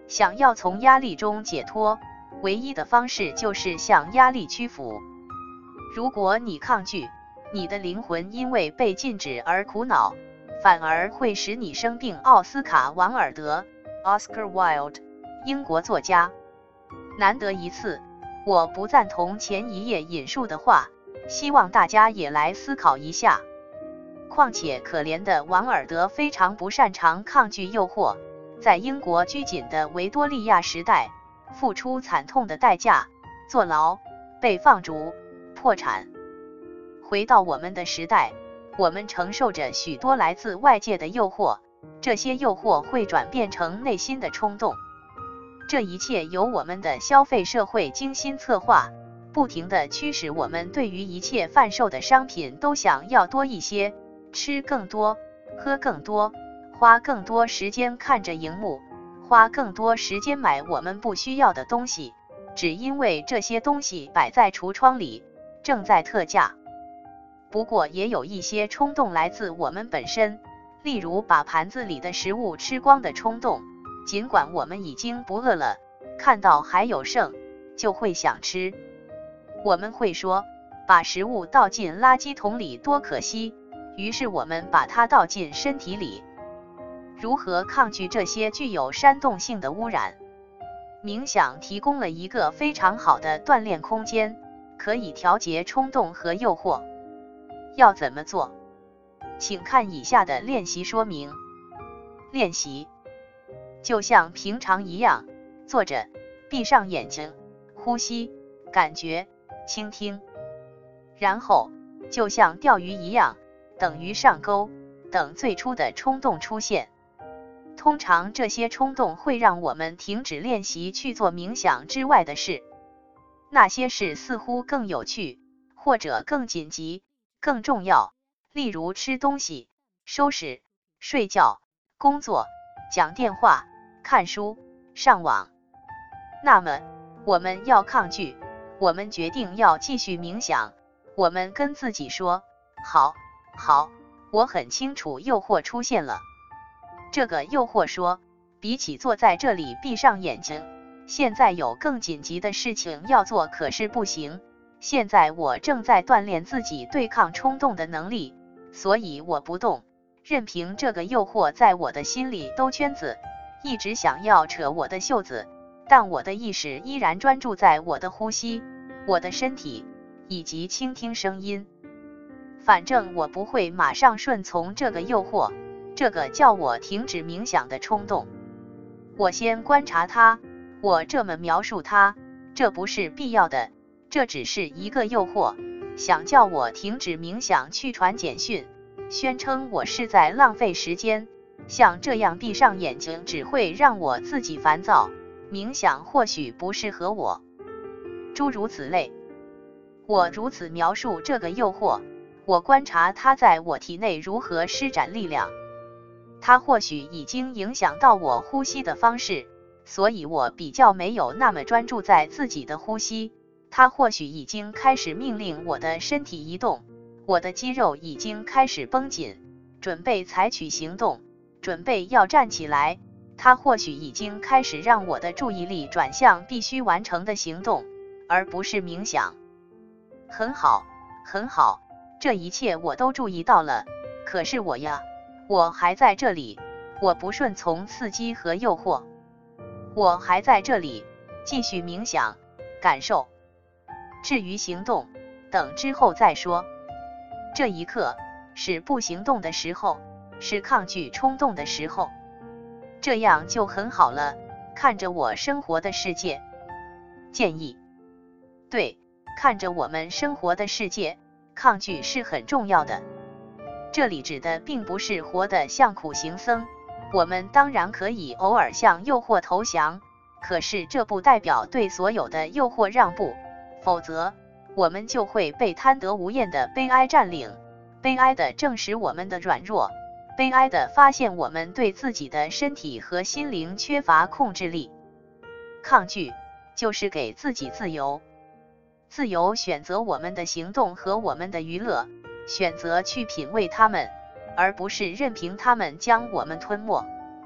想要从压力中解脱，唯一的方式就是向压力屈服。如果你抗拒，你的灵魂因为被禁止而苦恼，反而会使你生病。奥斯卡·王尔德 （Oscar Wilde）， 英国作家。难得一次，我不赞同前一页引述的话，希望大家也来思考一下。况且可怜的王尔德非常不擅长抗拒诱惑，在英国拘谨的维多利亚时代，付出惨痛的代价，坐牢、被放逐、破产。回到我们的时代，我们承受着许多来自外界的诱惑，这些诱惑会转变成内心的冲动。这一切由我们的消费社会精心策划，不停地驱使我们对于一切贩售的商品都想要多一些，吃更多，喝更多，花更多时间看着荧幕，花更多时间买我们不需要的东西，只因为这些东西摆在橱窗里，正在特价。不过也有一些冲动来自我们本身，例如把盘子里的食物吃光的冲动，尽管我们已经不饿了，看到还有剩，就会想吃。我们会说，把食物倒进垃圾桶里多可惜，于是我们把它倒进身体里。如何抗拒这些具有煽动性的污染？冥想提供了一个非常好的锻炼空间，可以调节冲动和诱惑。要怎么做？请看以下的练习说明。练习就像平常一样，坐着，闭上眼睛，呼吸，感觉，倾听。然后就像钓鱼一样，等鱼上钩，等最初的冲动出现。通常这些冲动会让我们停止练习去做冥想之外的事，那些事似乎更有趣，或者更紧急、更重要，例如吃东西、收拾、睡觉、工作、讲电话、看书、上网。那么，我们要抗拒，我们决定要继续冥想，我们跟自己说，好，我很清楚诱惑出现了。这个诱惑说，比起坐在这里闭上眼睛，现在有更紧急的事情要做，可是不行。现在我正在锻炼自己对抗冲动的能力，所以我不动，任凭这个诱惑在我的心里兜圈子，一直想要扯我的袖子，但我的意识依然专注在我的呼吸、我的身体以及倾听声音。反正我不会马上顺从这个诱惑，这个叫我停止冥想的冲动。我先观察它，我这么描述它，这不是必要的，这只是一个诱惑，想叫我停止冥想去传简讯，宣称我是在浪费时间，像这样闭上眼睛只会让我自己烦躁，冥想或许不适合我，诸如此类。我如此描述这个诱惑，我观察它在我体内如何施展力量。它或许已经影响到我呼吸的方式，所以我比较没有那么专注在自己的呼吸。它或许已经开始命令我的身体移动，我的肌肉已经开始绷紧，准备采取行动，准备要站起来。它或许已经开始让我的注意力转向必须完成的行动，而不是冥想。很好，这一切我都注意到了，可是我还在这里，我不顺从刺激和诱惑，我还在这里，继续冥想，感受。至于行动，等之后再说。这一刻是不行动的时候，是抗拒冲动的时候，这样就很好了，看着我生活的世界。建议，对，看着我们生活的世界，抗拒是很重要的。这里指的并不是活得像苦行僧，我们当然可以偶尔向诱惑投降，可是这不代表对所有的诱惑让步，否则我们就会被贪得无厌的悲哀占领，悲哀的证实我们的软弱，悲哀的发现我们对自己的身体和心灵缺乏控制力。抗拒就是给自己自由，自由选择我们的行动和我们的娱乐，选择去品味它们，而不是任凭它们将我们吞没。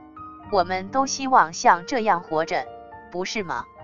我们都希望像这样活着，不是吗？